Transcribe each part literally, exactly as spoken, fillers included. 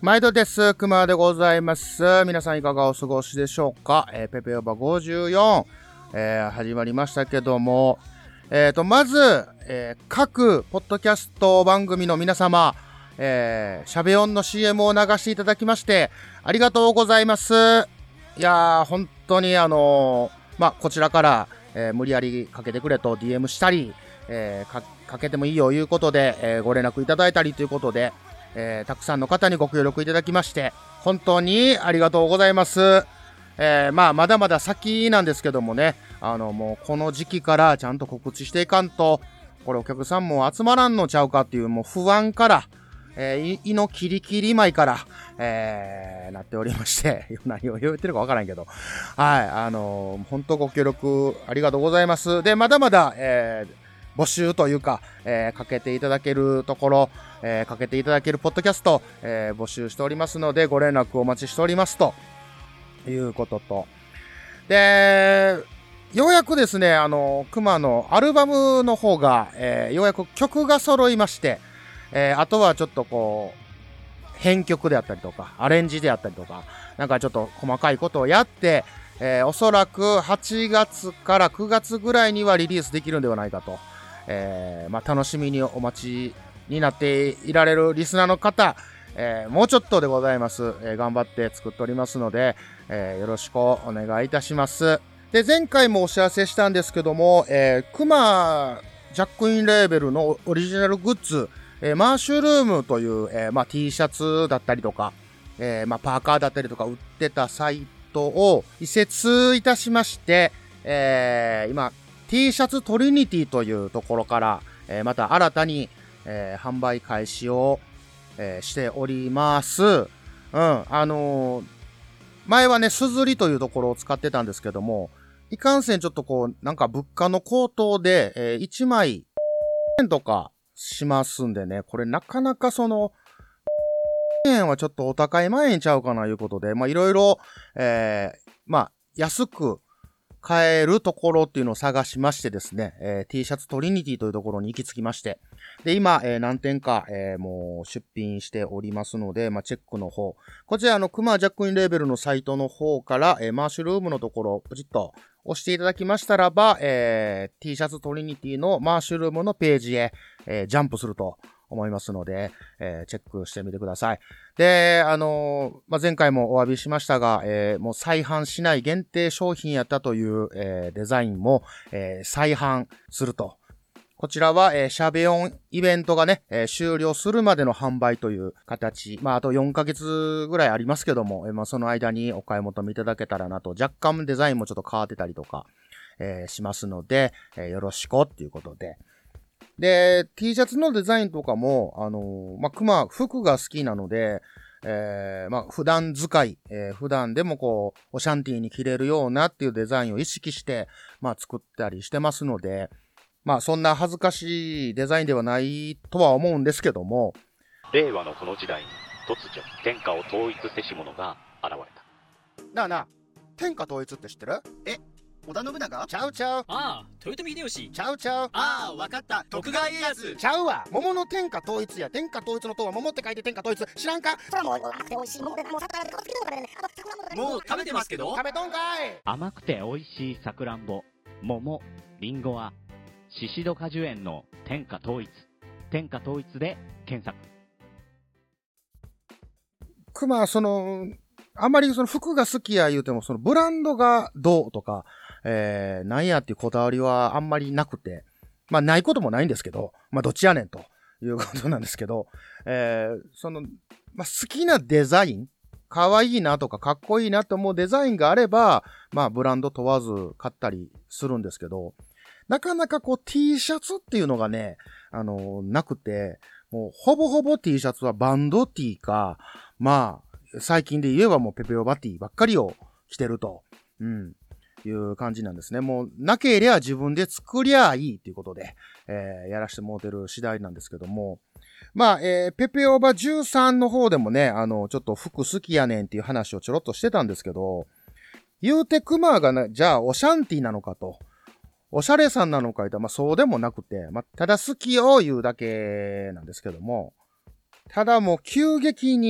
毎度です。くまでございます。皆さんいかがお過ごしでしょうか。えー、ペペオバごじゅうよん、えー、始まりましたけども、えーと、まず、えー、各ポッドキャスト番組の皆様、えー、シャベオンの シーエム を流していただきまして、ありがとうございます。いやー、本当にあのー、まあ、こちらから、えー、無理やりかけてくれと ディーエム したり、えー、か, かけてもいいよいうことで、えー、ご連絡いただいたりということで、えー、たくさんの方にご協力いただきまして本当にありがとうございます。えー、まあまだまだ先なんですけどもね、あのもうこの時期からちゃんと告知していかんと、これお客さんも集まらんのちゃうかっていうもう不安から、えー、胃のキリキリ前から、えー、なっておりまして何を言ってるかわからんけど、はい、あのー、本当ご協力ありがとうございます。でまだまだ、えー募集というか、えー、かけていただけるところ、えー、かけていただけるポッドキャスト、えー、募集しておりますので、ご連絡お待ちしておりますということと、で、ようやくですね、あの、熊のアルバムの方が、えー、ようやく曲が揃いまして、えー、あとはちょっとこう、編曲であったりとか、アレンジであったりとか、なんかちょっと細かいことをやって、えー、おそらくはちがつからくがつぐらいにはリリースできるんではないかと。えーまあ、楽しみにお待ちになっていられるリスナーの方、えー、もうちょっとでございます、えー、頑張って作っておりますので、えー、よろしくお願いいたします。で前回もお知らせしたんですけども、えー、クマジャックインレーベルのオリジナルグッズ、えー、マーシュルームという、えーまあ、T シャツだったりとか、えーまあ、パーカーだったりとか売ってたサイトを移設いたしまして、えー、今T シャツトリニティというところから、えー、また新たに、えー、販売開始を、えー、しております。うん、あのー、前はね、すずりというところを使ってたんですけども、いかんせんちょっとこう、なんか物価の高騰で、えー、いちまいえんとかしますんでね、これなかなかその、円はちょっとお高い前円ちゃうかないうことで、まあいろいろ、えー、まあ安く、買えるところっていうのを探しましてですね、えー、T シャツトリニティというところに行き着きまして、で、今、えー、何点か、えー、もう出品しておりますので、まあ、チェックの方、こちら、あの、クマジャックインレーベルのサイトの方から、えー、マーシュルームのところをポチッと押していただきましたらば、えー、T シャツトリニティのマーシュルームのページへ、えー、ジャンプすると思いますので、えー、チェックしてみてください。で、あのー、まあ、前回もお詫びしましたが、えー、もう再販しない限定商品やったという、えー、デザインも、えー、再販すると。こちらは、えー、シャベオンイベントがね、えー、終了するまでの販売という形。まあ、あとよんかげつぐらいありますけども、えー、まあ、その間にお買い求めいただけたらなと、若干デザインもちょっと変わってたりとか、えー、しますので、えー、よろしくっていうことで。で、T シャツのデザインとかも、あのー、まあ、熊、服が好きなので、えー、まあ、普段使い、えー、普段でもこう、オシャンティーに着れるようなっていうデザインを意識して、まあ、作ったりしてますので、まあ、そんな恥ずかしいデザインではないとは思うんですけども、 令和のこの時代に突如、天下を統一せし者が現れた。 なあなあ、天下統一って知ってる？ え、織田信長？ ちゃうちゃう。 ああ、豊臣秀吉。 ちゃうちゃう。 ああ、わかった。徳川家康。 ちゃうわ。桃の天下統一や。天下統一の塔は桃って書いて天下統一。知らんか？ それもう甘くて美味しい桃でもう桜でこつけとかね。もう食べてますけど。 食べとんかい。 甘くて美味しいさくらんぼ、桃、りんごはシシド果樹園の天下統一。天下統一で検索。 熊、その、あんまりその服が好きや言うても、そのブランドがどうとか、えー、なんやっていうこだわりはあんまりなくて、まあないこともないんですけど、まあどっちやねんということなんですけど、えー、その、まあ好きなデザイン、可愛いなとかかっこいいなと思うデザインがあれば、まあブランド問わず買ったりするんですけど、なかなかこう T シャツっていうのがね、あのー、なくて、もうほぼほぼ T シャツはバンド T か、まあ、最近で言えばもうペペオバ T ばっかりを着てると、うん、いう感じなんですね。もう、なけりゃ自分で作りゃいいっていうことで、えー、やらしてもうてる次第なんですけども、まあ、えー、ペペオバじゅうさんの方でもね、あの、ちょっと服好きやねんっていう話をちょろっとしてたんですけど、言うてクマがな、じゃあオシャンティなのかと、おしゃれさんなのかいと、まあそうでもなくて、まあただ好きを言うだけなんですけども、ただもう急激に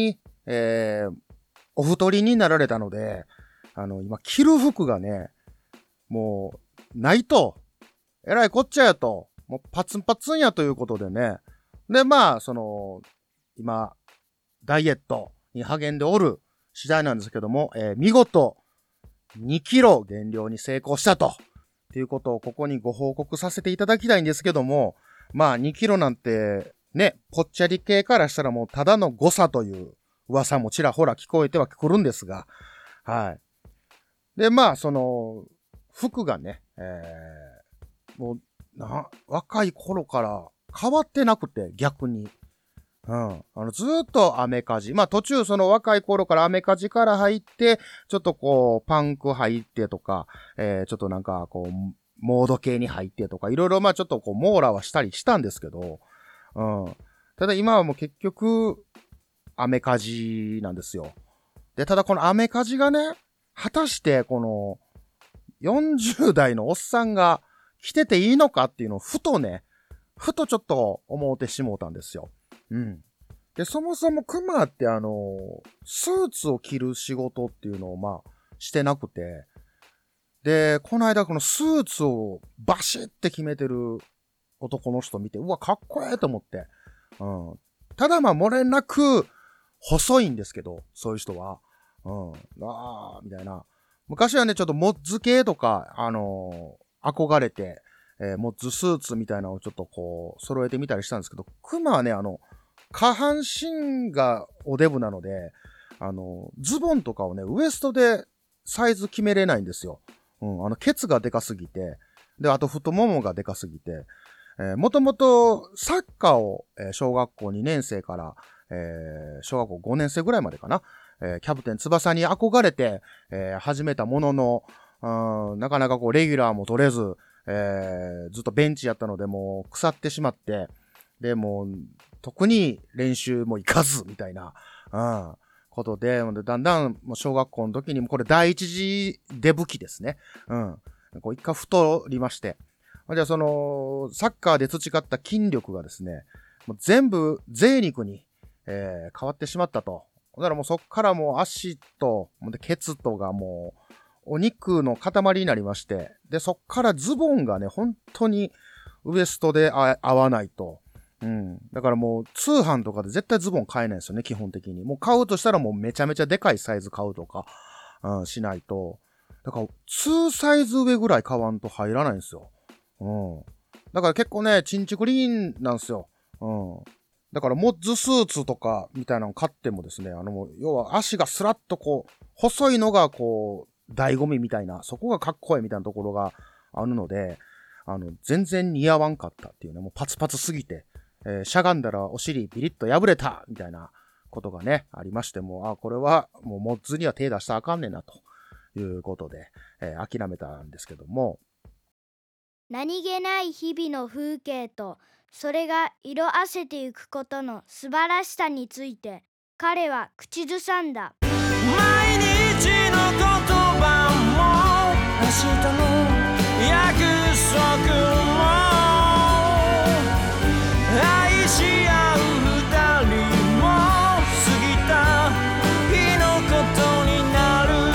えー、お太りになられたので、あの、今、着る服がね、もう、ないと、えらいこっちゃやと、もうパツンパツンやということでね。で、まあ、その、今、ダイエットに励んでおる次第なんですけども、えー、見事、にキロ減量に成功したと。っていうことをここにご報告させていただきたいんですけども、まあにキロなんて、ね、ぽっちゃり系からしたらもうただの誤差という噂もちらほら聞こえてはくるんですが、はい。で、まあ、その、服がね、えー、もう、な、若い頃から変わってなくて、逆に。うん。あの、ずーっとアメカジ。まあ途中その若い頃からアメカジから入って、ちょっとこう、パンク入ってとか、えー、ちょっとなんかこう、モード系に入ってとか、いろいろまあちょっとこう、網羅はしたりしたんですけど、うん。ただ今はもう結局、アメカジなんですよ。で、ただこのアメカジがね、果たしてこの、よんじゅう代のおっさんが着てていいのかっていうのをふとね、ふとちょっと思うてしもうたんですよ。うん。で、そもそもクマってあの、スーツを着る仕事っていうのをまあ、してなくて、で、この間このスーツをバシッて決めてる男の人見て、うわ、かっこええと思って。うん。ただまあ、漏れなく、細いんですけど、そういう人は。うん。あー、みたいな。昔はね、ちょっとモッズ系とか、あのー、憧れて、えー、モッズスーツみたいなのをちょっとこう、揃えてみたりしたんですけど、クマはね、あの、下半身がおデブなので、あの、ズボンとかをね、ウエストでサイズ決めれないんですよ。うん、あの、ケツがでかすぎて、で、あと太ももがでかすぎて、えー、もともとサッカーを、えー、小学校にねん生から、えー、小学校ごねん生ぐらいまでかな、えー、キャプテン翼に憧れて、えー、始めたものの、うん、なかなかこう、レギュラーも取れず、えー、ずっとベンチやったので、もう腐ってしまって、で、もう、特に練習も行かず、みたいな、うん、ことで、だんだん、もう小学校の時にも、これ第一次デブ期ですね。うん。こう一回太りまして。じゃあその、サッカーで培った筋力がですね、もう全部贅肉に、えー、変わってしまったと。だからもうそっからもう足と、ケツとがもう、お肉の塊になりまして、で、そっからズボンがね、本当にウエストで合わないと。うん。だからもう通販とかで絶対ズボン買えないんですよね、基本的に。もう買うとしたらもうめちゃめちゃでかいサイズ買うとか、うん、しないと。だからにサイズ上ぐらい買わんと入らないんですよ。うん。だから結構ね、チンチクリーンなんですよ。うん。だからモッズスーツとかみたいなの買ってもですね、あの、要は足がスラッとこう、細いのがこう、醍醐味みたいな、そこがかっこいいみたいなところがあるので、あの、全然似合わんかったっていうね、もうパツパツすぎて、えー、しゃがんだらお尻ビリッと破れたみたいなことがね、ありましても、あ、これはもうモッズには手出したらあかんねんなということで、えー、諦めたんですけども、 何気ない日々の風景とそれが色あせていくことの素晴らしさについて彼は口ずさんだ。 毎日の言葉も明日の約束も愛し合う二人も過ぎた日のことになる。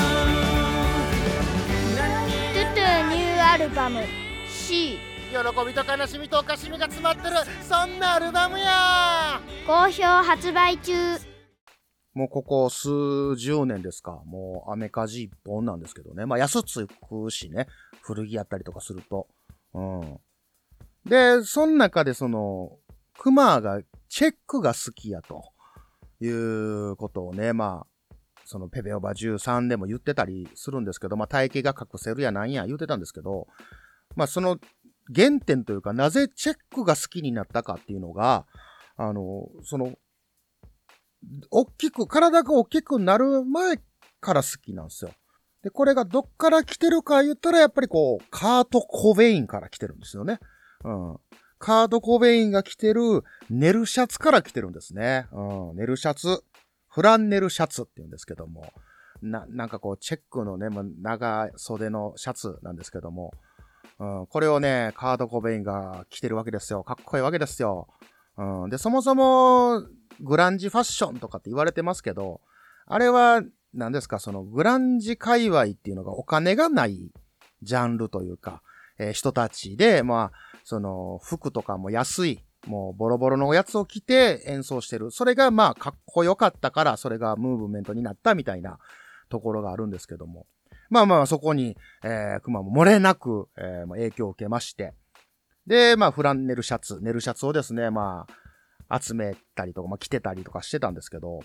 トゥトゥニューアルバムC、 喜びと悲しみとおかしみが詰まってる、そんなアルバムや。 好評発売中。 もうここ数十年ですか、もうアメカジ一本なんですけどね。まあ安つくしね、古着やったりとかすると。うん。で、その中でその、クマがチェックが好きやということをね、まあ、そのペペオバじゅうさんでも言ってたりするんですけど、まあ体型が隠せるやなんや言ってたんですけど、まあその原点というか、なぜチェックが好きになったかっていうのが、あの、その、大きく、体が大きくなる前から好きなんですよ。で、これがどっから来てるか言ったら、やっぱりこう、カート・コベインから来てるんですよね。うん。カート・コベインが着てるネルシャツから来てるんですね。うん。ネルシャツ。フランネルシャツって言うんですけども。な、なんかこう、チェックのね、まあ、長袖のシャツなんですけども。うん。これをね、カート・コベインが着てるわけですよ。かっこいいわけですよ。うん。で、そもそも、 グランジファッションとかって言われてますけど、あれは何ですか、そのグランジ界隈っていうのがお金がないジャンルというか、えー、人たちで、まあ、その服とかも安い、もうボロボロのやつを着て演奏してる。それがまあかっこよかったから、それがムーブメントになったみたいなところがあるんですけども。まあまあそこに、えー、熊も漏れなく、えー、影響を受けまして。で、まあフランネルシャツ、ネルシャツをですね、まあ集めたりとか、まあ着てたりとかしてたんですけど、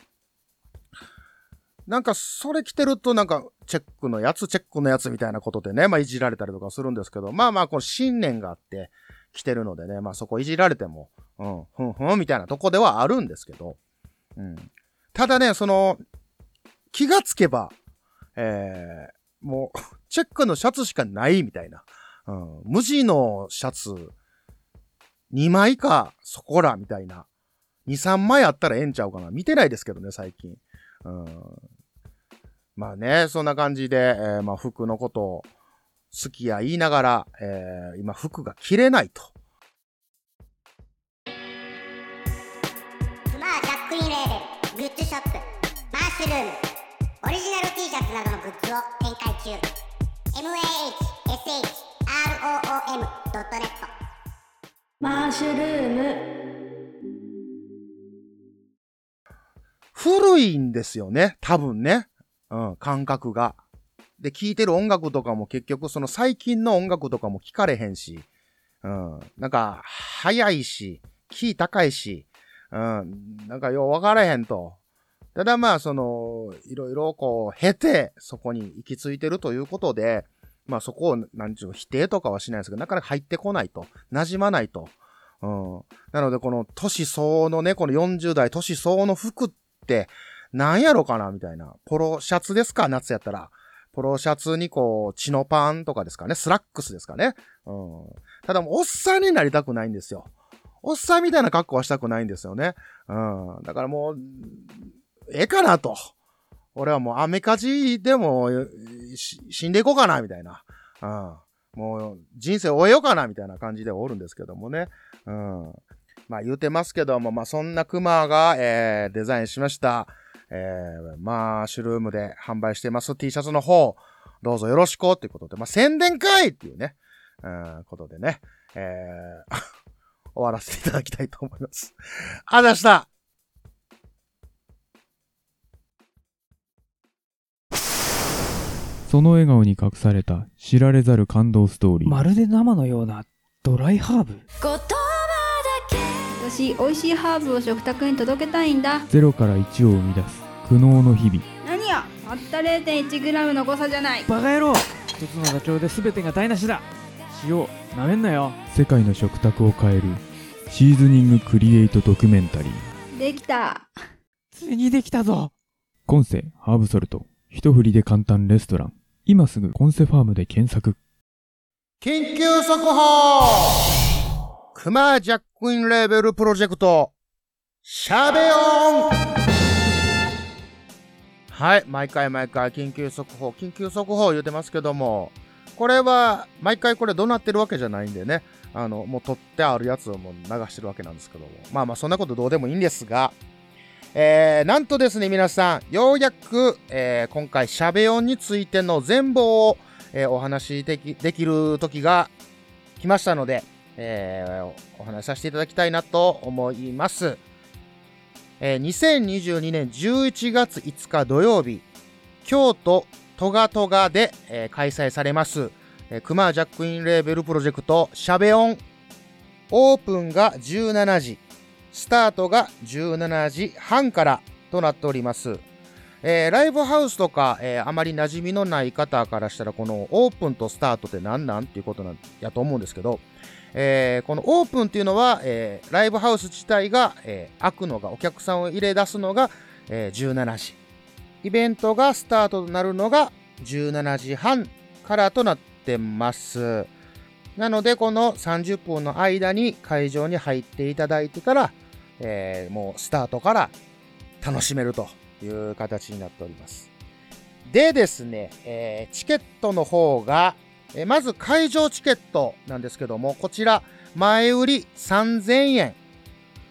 なんかそれ着てるとなんかチェックのやつ、チェックのやつみたいなことでね、まあいじられたりとかするんですけど、まあまあこの信念があって着てるのでね、まあそこいじられても、うん、ふんふんみたいなとこではあるんですけど、うん。ただね、その、気がつけば、えー、もう、チェックのシャツしかないみたいな。うん、無地のシャツ、にまいか、そこら、みたいな。に、さんまいあったらええんちゃうかな。見てないですけどね、最近。うん、まあね、そんな感じで、えー、まあ服のことを好きや言いながら、えー、今服が着れないと。 クマージャックインレーベルグッズショップマッシュルームオリジナル T シャツなどのグッズを展開中 エムエーエイチエスエイチアールオーオーエムドットネットマッシュルーム古いんですよね、多分ね。うん、感覚が。で、聴いてる音楽とかも結局その最近の音楽とかも聞かれへんし、うん、なんか、早いし、キー高いし、うん、なんかよう分からへんと。ただまあ、その、いろいろこう、経て、そこに行き着いてるということで、まあそこを、なんちゅう、否定とかはしないですけど、なかなか入ってこないと。馴染まないと。うん。なので、この、年相応のね、このよんじゅう代、年相応の服って、なんやろかなみたいな。ポロシャツですか夏やったら。ポロシャツにこう、チノパンとかですかね。スラックスですかね。うん。ただもう、おっさんになりたくないんですよ。おっさんみたいな格好はしたくないんですよね。うん。だからもう、ええかなと。俺はもうアメカジでも死んでいこうかなみたいな。うん。もう人生終えようかなみたいな感じでおるんですけどもね。うん。まあ言うてますけども、まあそんなクマが、えー、デザインしました、えー、マッシュルームで販売してます T シャツの方、どうぞよろしくということで、まあ宣伝会っていうね、うん、ことでね、えー、終わらせていただきたいと思います。あざした。 その笑顔に隠された知られざる感動ストーリー。 まるで生のようなドライハーブ。 言葉だけ私美味しいハーブを食卓に届けたいんだ。 ゼロからいちを生み出す苦悩の日々。 何やたった れいてんいちグラム の誤差じゃない。 バカ野郎、一つの妥協で全てが台無しだ。塩なめんなよ。 世界の食卓を変えるシーズニングクリエイトドキュメンタリー。 できた。 ついにできたぞ。 コンセハーブソルト一振りで簡単レストラン。今すぐコンセファームで検索。 緊急速報。クマジャックインレーベルプロジェクトしゃべ音。はい、毎回毎回緊急速報緊急速報言うてますけども、これは毎回これどうなってるわけじゃないんでね、あのもう撮ってあるやつをもう流してるわけなんですけども、まあまあそんなことどうでもいいんですが、えー、なんとですね皆さん、ようやく、えー、今回しゃべ音についての全貌を、えー、お話しでき、できる時が来ましたので、えー、お話しさせていただきたいなと思います。えー、にせんにじゅうにねんじゅういちがついつか土曜日、京都トガトガで、えー、開催されます、えー、クマジャックインレーベルプロジェクトしゃべ音。オープンがじゅうしちじ、スタートがじゅうしちじはんからとなっております。えー、ライブハウスとか、えー、あまり馴染みのない方からしたら、このオープンとスタートって何なんっていうことなんやと思うんですけど、えー、このオープンっていうのは、えー、ライブハウス自体が、えー、開くのが、お客さんを入れ出すのが、えー、じゅうしちじ。イベントがスタートとなるのがじゅうしちじはんからとなってます。なので、このさんじゅっぷんの間に会場に入っていただいてから、えー、もうスタートから楽しめるという形になっております。でですね、えー、チケットの方が、えー、まず会場チケットなんですけども、こちら前売りさんぜんえん、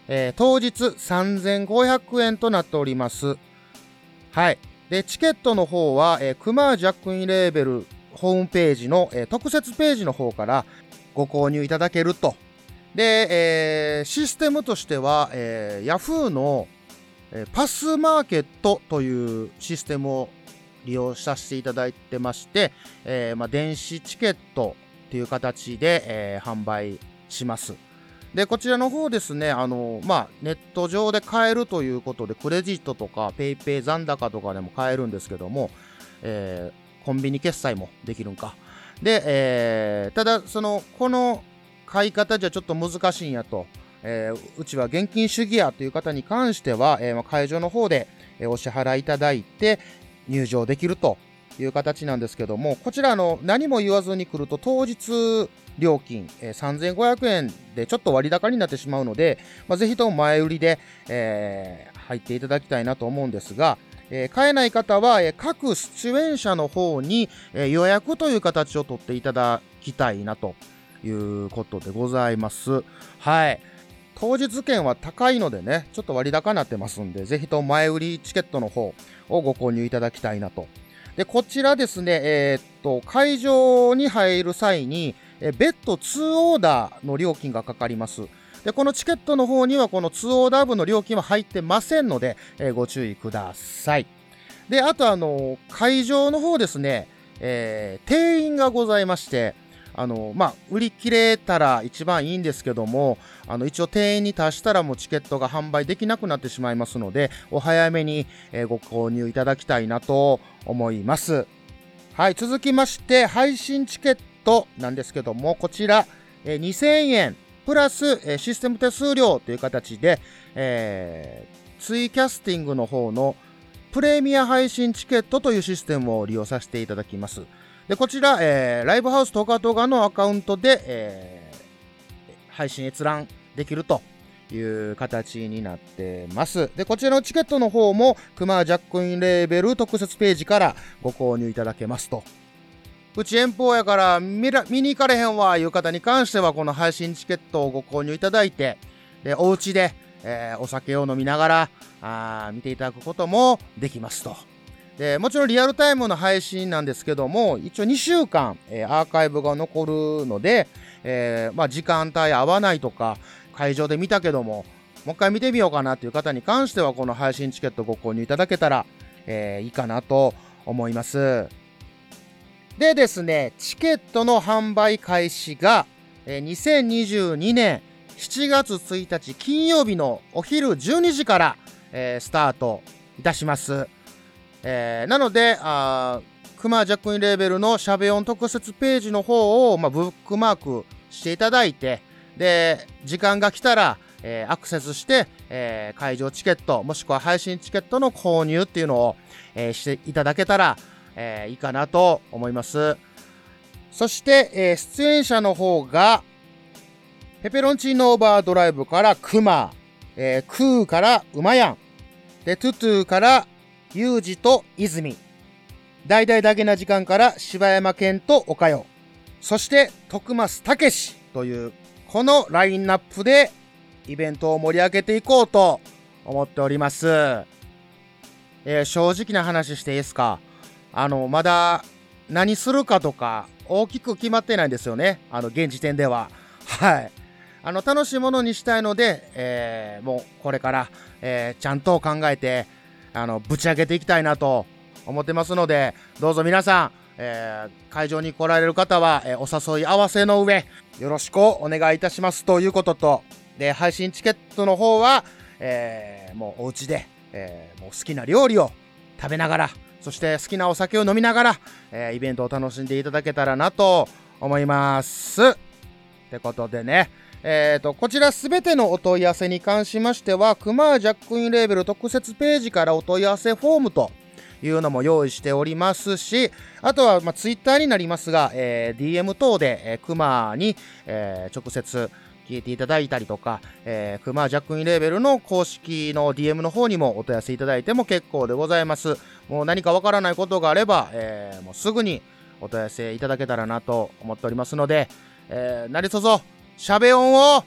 えー、当日さんぜんごひゃくえんとなっております。はい。で、チケットの方は、えー、クマジャックインレーベルホームページの、えー、特設ページの方からご購入いただけると。で、えー、システムとしては、えー、Yahoo の、えー、パスマーケットというシステムを利用させていただいてまして、えーまあ、電子チケットという形で、えー、販売します。で、こちらの方ですね、あの、まあ、ネット上で買えるということで、クレジットとかペイペイ残高とかでも買えるんですけども、えー、コンビニ決済もできるんか。で、えー、ただ、その、この買い方じゃちょっと難しいんやと、えー、うちは現金主義やという方に関しては、えーまあ、会場の方で、えー、お支払いいただいて入場できるという形なんですけども、こちらの何も言わずに来ると当日料金、えー、さんぜんごひゃくえんでちょっと割高になってしまうので、まあ、ぜひとも前売りで、えー、入っていただきたいなと思うんですが、えー、買えない方は、えー、各出演者の方に、えー、予約という形を取っていただきたいなということでございます。はい。当日券は高いのでね、ちょっと割高になってますんで、ぜひとも前売りチケットの方をご購入いただきたいなと。で、こちらですね、えー、っと、会場に入る際に、え別途ツーオーダーの料金がかかります。で、このチケットの方にはこのツーオーダー分の料金は入ってませんので、えー、ご注意ください。で、あとあの、会場の方ですね、えー、定員がございまして、あの、まあ、売り切れたら一番いいんですけども、あの、一応定員に達したらもうチケットが販売できなくなってしまいますので、お早めに、えー、ご購入いただきたいなと思います。はい、続きまして、配信チケットなんですけども、こちら、えー、にせんえんプラス、えー、システム手数料という形で、えー、ツイキャスティングの方のプレミア配信チケットというシステムを利用させていただきます。で、こちら、えー、ライブハウストカトガのアカウントで、えー、配信閲覧できるという形になってます。で、こちらのチケットの方も、クマジャックインレーベル特設ページからご購入いただけますと。うち遠方やから見ら見に行かれへんわいう方に関しては、この配信チケットをご購入いただいて、で、お家で、えー、お酒を飲みながら、あ見ていただくこともできますと。で、もちろんリアルタイムの配信なんですけども、一応にしゅうかん、えー、アーカイブが残るので、えーまあ、時間帯合わないとか、会場で見たけども、もう一回見てみようかなという方に関しては、この配信チケットご購入いただけたら、えー、いいかなと思います。でですね、チケットの販売開始が、えー、にせんにじゅうにねんしちがつついたち金曜日のお昼じゅうにじから、えー、スタートいたします。えー、なので、あクマジャックインレーベルのシャベオン特設ページの方を、まあ、ブックマークしていただいて、で、時間が来たら、えー、アクセスして、えー、会場チケット、もしくは配信チケットの購入っていうのを、えー、していただけたら、えー、いいかなと思います。そして、えー、出演者の方が、ペペロンチーノオーバードライブからクマ、えー、クーからウマヤン、で、トゥトゥからユージと泉、大々だけな時間から柴山健と岡代、そして徳増たけしというこのラインナップでイベントを盛り上げていこうと思っております。えー、正直な話していいですか？あのまだ何するかとか大きく決まってないんですよね。あの現時点では。はい。あの楽しいものにしたいので、えー、もうこれから、えー、ちゃんと考えてあのぶち上げていきたいなと思ってますので、どうぞ皆さん、えー、会場に来られる方は、えー、お誘い合わせの上よろしくお願いいたしますということと、で配信チケットの方は、えー、もうお家で、えー、もう好きな料理を食べながら、そして好きなお酒を飲みながら、えー、イベントを楽しんでいただけたらなと思います。ってことでね、えーと、こちらすべてのお問い合わせに関しましては、クマジャックインレーベル特設ページからお問い合わせフォームというのも用意しておりますし、あとは、まあ、ツイッターになりますが、えー、ディーエム 等で、えー、クマに、えー、直接聞いていただいたりとか、えー、クマジャックインレーベルの公式の ディーエム の方にもお問い合わせいただいても結構でございます。もう何かわからないことがあれば、えー、もうすぐにお問い合わせいただけたらなと思っておりますので、えー、何卒シャベオンを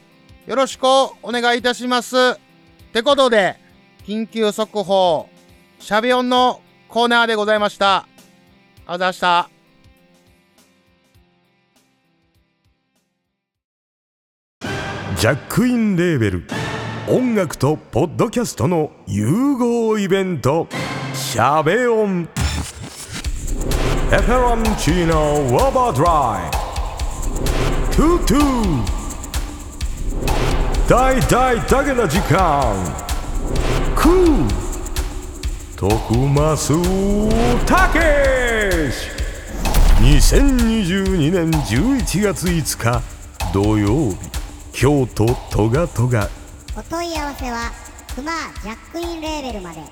よろしくお願いいたします。ってことで、緊急速報、シャベオンのコーナーでございました。ありがとうございました。 ジャックインレーベル音楽とポッドキャストの融合イベント、シャベオンエフェロンチーノウォーバードライトゥトゥ大大だけな時間クー徳増たけしにせんにじゅうにねんじゅういちがついつか土曜日、京都トガトガ。 お問い合わせはクマジャックインレーベルまで。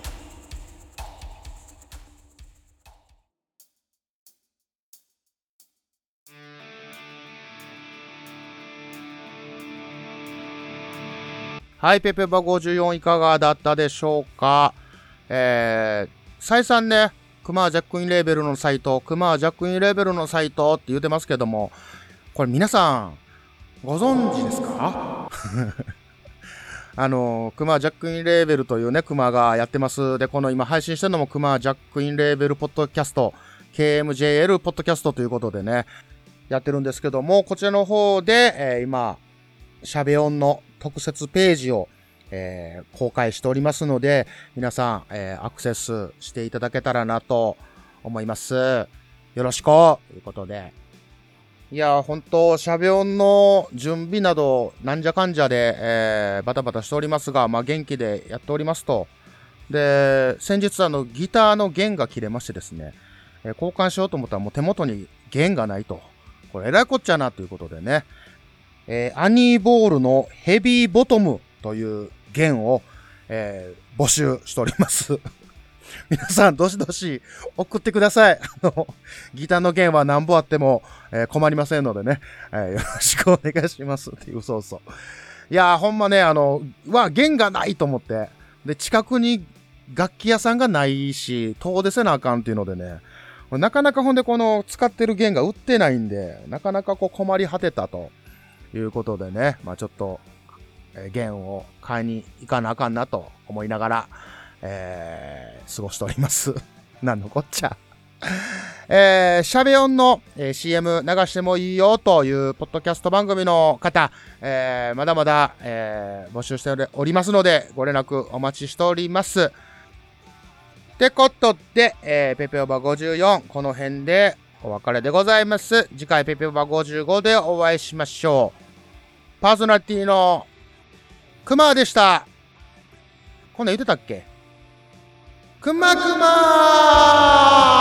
はい、ペペバごじゅうよんいかがだったでしょうか。えー、再三ね、クマジャックインレーベルのサイト、クマジャックインレーベルのサイトって言ってますけども、これ皆さんご存知ですか？あの、クマジャックインレーベルというね、クマがやってます。で、この今配信してるのもクマジャックインレーベルポッドキャスト、ケーエムジェイエル ポッドキャストということでね、やってるんですけども、こちらの方で、えー、今、シャベオンの特設ページを、えー、公開しておりますので、皆さん、えー、アクセスしていただけたらなと思います。よろしくということで。いや、ほんと、シャベオンの準備など、なんじゃかんじゃで、えー、バタバタしておりますが、まあ、元気でやっておりますと。で、先日、あの、ギターの弦が切れましてですね、えー、交換しようと思ったらもう手元に弦がないと。これ、えらいこっちゃなということでね、えー、アニーボールのヘビーボトムという弦を、えー、募集しております。皆さん、どしどし送ってください。あの、ギターの弦は何本あっても、えー、困りませんのでね、えー、よろしくお願いしますっていう、そうそう。いやー、ほんまね、あの、は、弦がないと思って、で、近くに楽器屋さんがないし、遠出せなあかんっていうのでね、なかなかほんでこの使ってる弦が売ってないんで、なかなかこう困り果てたということでね、まあちょっと、えー、弦を買いに行かなあかんなと思いながら、えー、過ごしております。なんのこっちゃ。えー、シャベオンの、えー、シーエム 流してもいいよというポッドキャスト番組の方、えー、まだまだ、えー、募集しておりますので、ご連絡お待ちしております。ってことで、えー、ペペオバごじゅうよん、この辺でお別れでございます。次回ペペオバごじゅうごでお会いしましょう。パーソナリティのクマでした。こんなん言ってたっけ？くまくまー